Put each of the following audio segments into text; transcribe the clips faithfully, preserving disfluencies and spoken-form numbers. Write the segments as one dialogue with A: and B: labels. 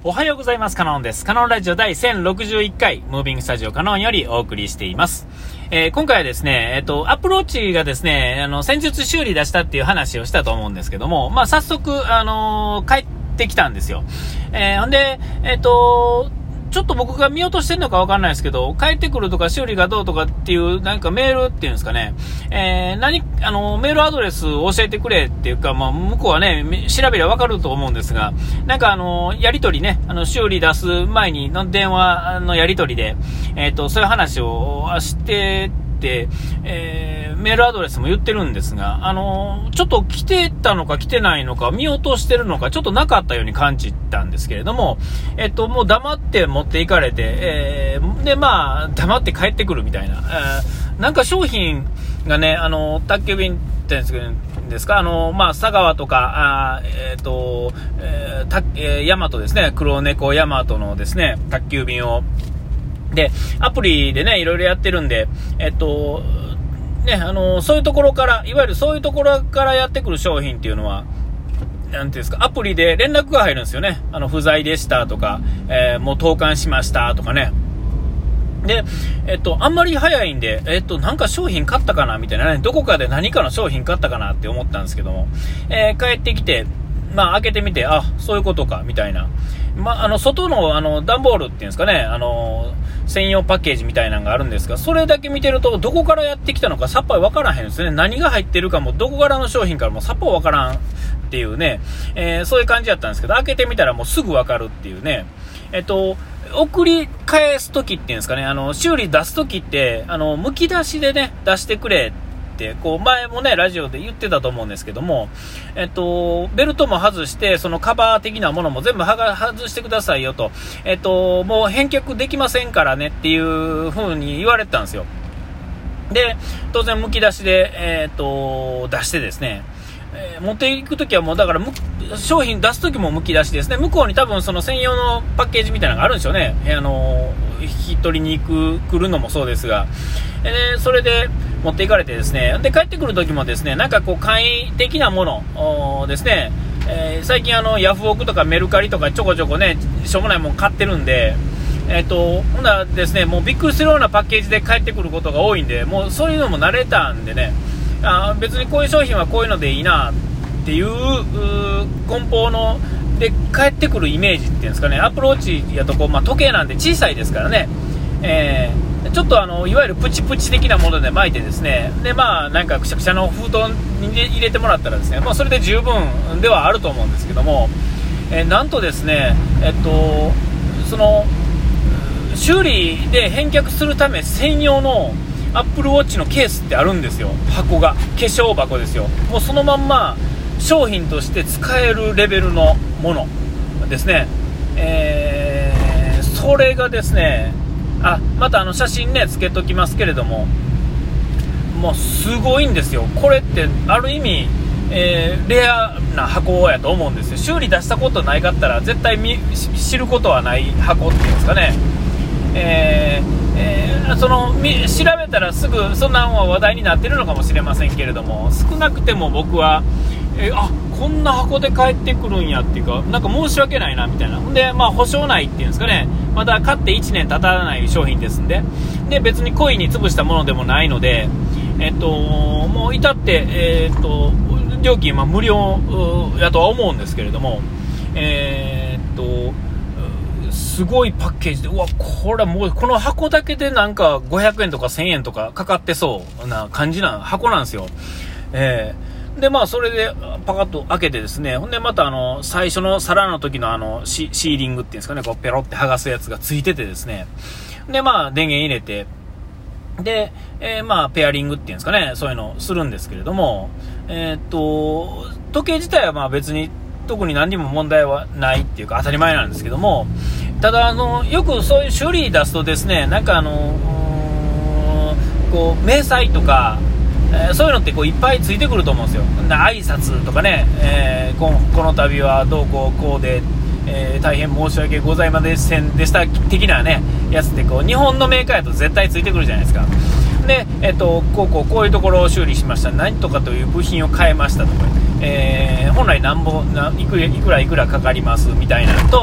A: おはようございます。カノンです。カノンラジオ第せんろくじゅういっかい、ムービングスタジオカノンよりお送りしています。えー、今回はですね、えっと、アプローチがですね、あの、先日修理出したっていう話をしたと思うんですけども、まあ、早速、あのー、帰ってきたんですよ。えー、ほんで、えっと、ちょっと僕が見落としてるのかわかんないですけど、帰ってくるとか修理がどうとかっていう、なんかメールっていうんですかね、えー、何、あの、メールアドレスを教えてくれっていうか、まあ、向こうはね、調べりゃわかると思うんですが、なんかあの、やりとりね、あの、修理出す前にの電話のやりとりで、えっと、そういう話をしてて、えー、メールアドレスも言ってるんですが、あの、ちょっと来てたのか来てないのか、見落としてるのか、ちょっとなかったように感じたんですけれども、えっと、もう黙って持っていかれて、えー、で、まあ、黙って帰ってくるみたいな、えー、なんか商品がね、あの、宅急便ってんですか、あの、まあ、佐川とか、あえっ、ー、と、えー、た、えー、ヤマトですね、黒猫ヤマトのですね、宅急便を、で、アプリでね、いろいろやってるんで、えっと、ね、あの、そういうところから、いわゆるそういうところからやってくる商品っていうのは、なんていうんですか、アプリで連絡が入るんですよね。あの、不在でしたとか、えー、もう投函しましたとかね。で、えっと、あんまり早いんで、えっと、なんか商品買ったかなみたいなね、どこかで何かの商品買ったかなって思ったんですけども、えー、帰ってきて、まあ、開けてみて、あ、そういうことか、みたいな。まあ、あの、外の、あの、段ボールっていうんですかね、あの、専用パッケージみたいなのがあるんですが、それだけ見てると、どこからやってきたのかさっぱりわからへんですね。何が入ってるかも、どこからの商品からもさっぱりわからんっていうね、えー、そういう感じだったんですけど、開けてみたらもうすぐわかるっていうね。えっと、送り返すときっていうんですかね、あの、修理出すときって、あの、剥き出しでね、出してくれって、こう、前もね、ラジオで言ってたと思うんですけども、えっと、ベルトも外して、そのカバー的なものも全部はが外してくださいよと、えっと、もう返却できませんからねっていう風に言われてたんですよ。で、当然剥き出しで、えっと、出してですね、えー、持っていくときはもうだから商品出すときも剥き出しですね。向こうに多分その専用のパッケージみたいなのがあるんでしょうね。あのー、引き取りに行く来るのもそうですが、えー、それで持っていかれてですね、で帰ってくるときもですね、なんかこう簡易的なものですね、えー、最近あのヤフオクとかメルカリとかちょこちょこねしょうもないもん買ってるんで、えっとほんならですね、もうびっくりするようなパッケージで帰ってくることが多いんで、もうそういうのも慣れたんでね。あ別にこういう商品はこういうのでいいなっていう梱包ので返ってくるイメージっていうんですかね。アプローチやとこう、まあ、時計なんで小さいですからね、えー、ちょっとあのいわゆるプチプチ的なもので巻いてですね、でまあなんかくしゃくしゃの封筒に入れてもらったらですね、まあ、それで十分ではあると思うんですけども、えー、なんとですね、えっとその修理で返却するため専用のアップルウォッチのケースってあるんですよ。箱が化粧箱ですよ。もうそのまんま商品として使えるレベルのものですね。えー、それがですね、あまたあの写真ねつけときますけれども、もうすごいんですよ。これってある意味、えー、レアな箱やと思うんですよ。修理出したことないかったら絶対見知ることはない箱っていうんですかね。えーえー、その調べたらすぐそんなのは話題になってるのかもしれませんけれども、少なくても僕は、えー、あこんな箱で帰ってくるんやっていうか、なんか申し訳ないなみたいな。でまあ保証ないっていうんですかね、まだ買っていちねん経たない商品ですんで、で別に故意に潰したものでもないので、えっともう至って、えー、っと料金は無料やとは思うんですけれども、えー、っとすごいパッケージで、うわこれもうこの箱だけでなんかごひゃくえんとかせんえんとかかかってそうな感じな箱なんですよ。えー、でまあそれでパカッと開けてですね、ほんでまたあの最初の皿の時のあの シ, シーリングっていうんですかね、こうペロって剥がすやつがついててですね、でまあ電源入れて、で、えー、まあペアリングっていうんですかね、そういうのをするんですけれども、えー、っと時計自体はまあ別に特に何にも問題はないっていうか当たり前なんですけども、ただあのよくそういう修理出すとですね、なんかあのこう明細とか、えー、そういうのってこういっぱいついてくると思うんですよ。挨拶とかね、えー、こ, この度はどうこうこうで、えー、大変申し訳ございませんでした的なねやつってこう日本のメーカーやと絶対ついてくるじゃないですか。で、えっと、こうこうこういうところを修理しました、何とかという部品を変えましたとか、えー、本来なんぼないくらいくらいくらかかりますみたいなのと、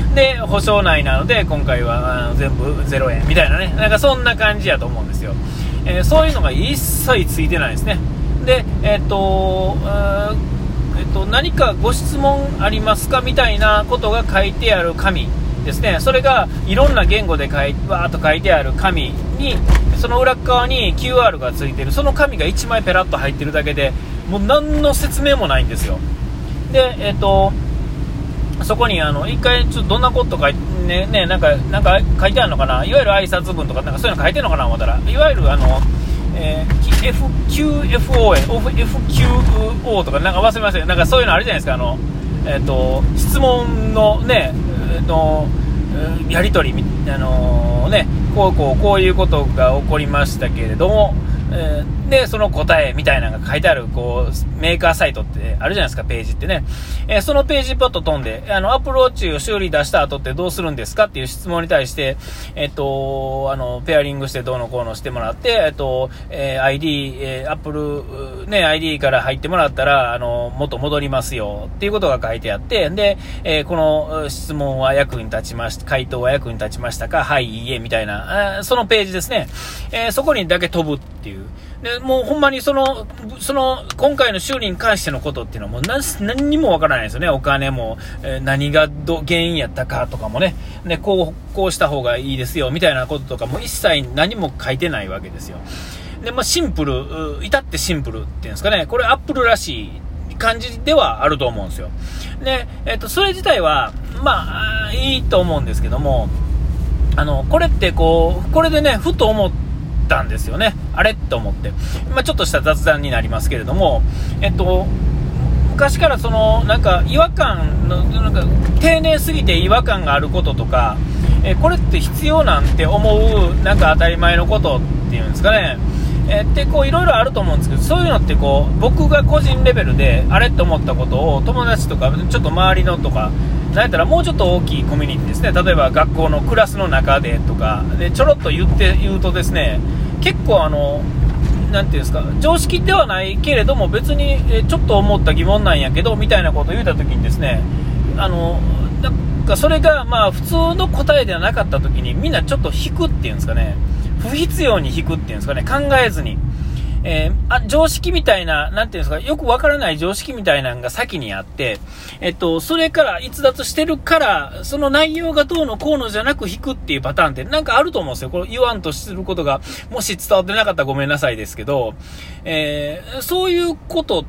A: で保証内なので今回はあの全部ゼロえんみたいなね、なんかそんな感じやと思うんですよ。えー、そういうのが一切ついてないですね。で、えーっとえーっと何かご質問ありますかみたいなことが書いてある紙ですね。それがいろんな言語で書いわーっと書いてある紙に、その裏側に キューアール がついてる、その紙がいちまいペラッと入ってるだけで、もう何の説明もないんですよ。で、えっとそこにあの一回ちょっとどんなことかねねなんかなんか書いてあるのかな、いわゆる挨拶文とかなんかそういうの書いてるのかな思ったら、いわゆるあの、えー、エフキューエフオー エフキューオー とかなんか忘れました、なんかそういうのあるじゃないですか。あのえっと質問のねのやり取り、あのー、ねこうこうこういうことが起こりましたけれども、えー、でその答えみたいなのが書いてあるこうメーカーサイトってあるじゃないですか、ページってね。えー、そのページパッと飛んで、あのアプローチを修理出した後ってどうするんですかっていう質問に対して、えっとあのペアリングしてどうのこうのしてもらって、えっとえー、アイディー、えー、アップルね アイディー から入ってもらったらあの元戻りますよっていうことが書いてあって、で、えー、この質問は役に立ちました、回答は役に立ちましたか、はいいいえみたいな、えー、そのページですね。えー、そこにだけ飛ぶっていう。でもうほんまにそのその今回の修理に関してのことっていうのはもう 何, 何にもわからないですよね。お金も、えー、何がど原因やったかとかもね、でこうこうした方がいいですよみたいなこととかも一切何も書いてないわけですよ。で、まあ、シンプル、至ってシンプルっていうんですかね、これアップルらしい感じではあると思うんですよ。で、えっとそれ自体はまあいいと思うんですけども、あのこれってこうこれでねふと思ったんですよね。あれと思って、まあ、ちょっとした雑談になりますけれども、えっと昔からそのなんか違和感のなんか丁寧すぎて違和感があることとか、えこれって必要なんて思うなんか当たり前のことっていうんですかね、えってこういろいろあると思うんですけど、そういうのってこう僕が個人レベルであれって思ったことを友達とかちょっと周りのとかなんやったらもうちょっと大きいコミュニティですね、例えば学校のクラスの中でとかでちょろっと言って言うとですね、結構あのなんていうんですか、常識ではないけれども別にちょっと思った疑問なんやけどみたいなことを言った時にですね、あのなんかそれがまあ普通の答えではなかった時にみんなちょっと引くっていうんですかね、不必要に引くっていうんですかね、考えずに、えー、あ常識みたいな、なんていうんですか、よくわからない常識みたいなのが先にあって、えっと、それから逸脱してるから、その内容がどうのこうのじゃなく引くっていうパターンってなんかあると思うんですよ。これ言わんとすることが、もし伝わってなかったらごめんなさいですけど、えー、そういうことって、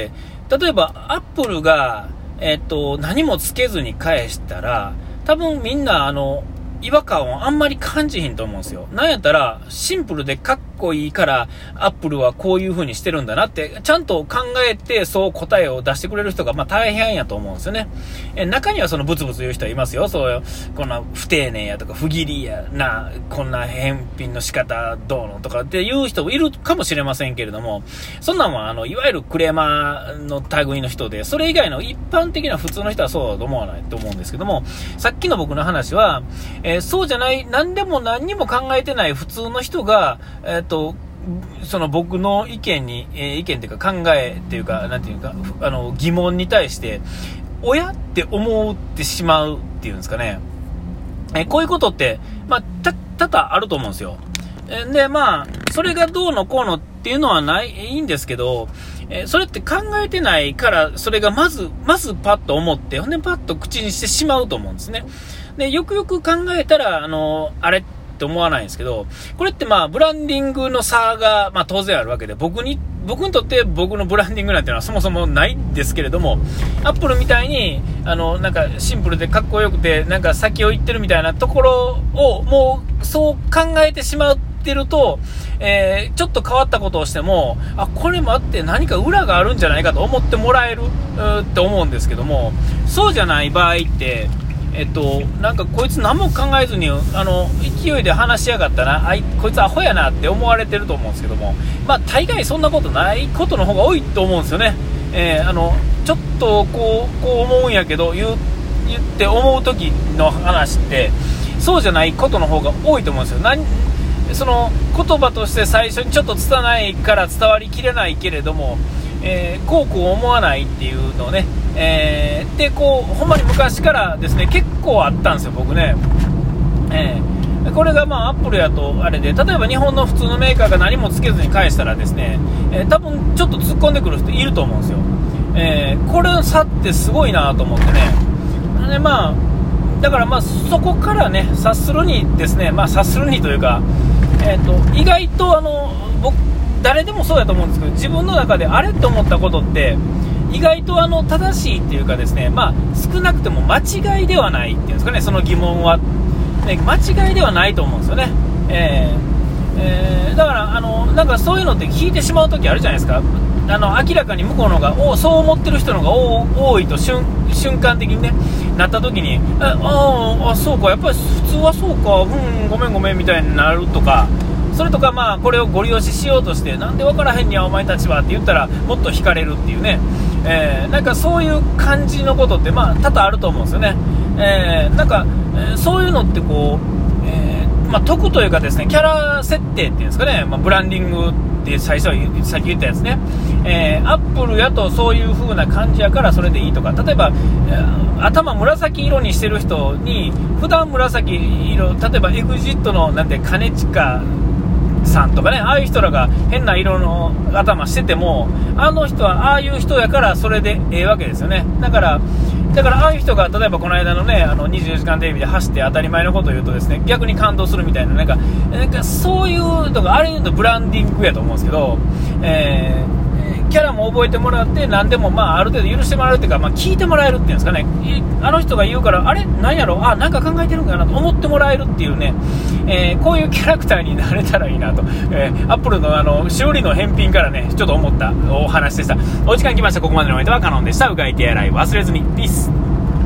A: 例えば、アップルが、えっと、何もつけずに返したら、多分みんな、あの、違和感をあんまり感じひんと思うんですよ。なんやったらシンプルでかっこいいからアップルはこういう風にしてるんだなってちゃんと考えてそう答えを出してくれる人がまあ大変やと思うんですよね。え中にはそのブツブツ言う人はいますよ。そうこんな不丁寧やとか不義理やな、こんな返品の仕方どうのとかっていう人もいるかもしれませんけれども、そんなんはあのいわゆるクレーマーの類の人で、それ以外の一般的な普通の人はそうだと思わないと思うんですけども、さっきの僕の話は、えー、そうじゃない、何でも何にも考えてない普通の人が、えー、とその僕の意見に、えー、意見というか考えっていうか、なんていうか、あの疑問に対して親って思ってしまうっていうんですかね、えー、こういうことって、まあ、た多々あると思うんですよ。えー、でまあそれがどうのこうのっていうのはないいいんですけど、えー、それって考えてないからそれがまずまずパッと思って、ほんでパッと口にしてしまうと思うんですね。でよくよく考えたらあのあれって思わないんですけど、これってまあブランディングの差がまあ当然あるわけで、僕に僕にとって僕のブランディングなんていうのはそもそもないんですけれども、アップルみたいにあのなんかシンプルでかっこよくてなんか先を行ってるみたいなところをもうそう考えてしまってると、えー、ちょっと変わったことをしても、あこれ待って何か裏があるんじゃないかと思ってもらえるって思うんですけども、そうじゃない場合ってえっと、なんかこいつ何も考えずにあの勢いで話しやがったな、あいこいつアホやなって思われてると思うんですけども、まあ大概そんなことないことの方が多いと思うんですよね。えー、あのちょっとこう、こう思うんやけど言う、言って思う時の話ってそうじゃないことの方が多いと思うんですよ。何その言葉として最初にちょっと伝わないから伝わりきれないけれども、えー、こうこう思わないっていうのをね、 えー、でこうほんまに昔からですね結構あったんですよ僕ね、えー、これがまあアップルやとあれで、例えば日本の普通のメーカーが何もつけずに返したらですね、えー、多分ちょっと突っ込んでくる人いると思うんですよ、えー、これの差ってすごいなと思ってね。でまあだからまあそこからね察するにですね、まあ察するにというか、えー、と意外とあの僕誰でもそうだと思うんですけど、自分の中であれと思ったことって意外とあの正しいっていうかですね、まあ少なくても間違いではないっていうんですかね、その疑問は、ね、間違いではないと思うんですよね、えーえー、だからあのなんかそういうのって聞いてしまうときあるじゃないですか。あの明らかに向こうのがおそう思ってる人のが多いと 瞬, 瞬間的に、ね、なったときに、ああそうかやっぱり普通はそうか、うんごめんごめんみたいになるとか、それとかまあこれをご利用ししようとしてなんで分からへんにゃお前たちはって言ったらもっと惹かれるっていうね、えー、なんかそういう感じのことってまあ多々あると思うんですよね、えー、なんか、えー、そういうのってこう、えーまあ、得というかですねキャラ設定っていうんですかね、まあ、ブランディングって最初はさっき言ったやつね、えー、アップルやとそういう風な感じやからそれでいいとか、例えば、えー、頭紫色にしてる人に普段紫色、例えばエグジットのなんて兼近さんとかね、ああいう人らが変な色の頭しててもあの人はああいう人やからそれでええわけですよね。だからだからああいう人が例えばこの間のねあのにじゅうよじかんテレビで走って当たり前のことを言うとですね逆に感動するみたいな、なんかなんかそういうのがあれ言うとブランディングやと思うんですけど、えーキャラも覚えてもらって何でもまあある程度許してもらえるっていうか、まあ、聞いてもらえるっていうんですかね、あの人が言うからあれ何やろあなんか考えてるんかなと思ってもらえるっていうね、えー、こういうキャラクターになれたらいいなと、えー、アップルのあの修理の返品からねちょっと思ったお話でした。お時間来ました。ここまでのお相手はカノンでした。うがい手洗い忘れずに。ピース。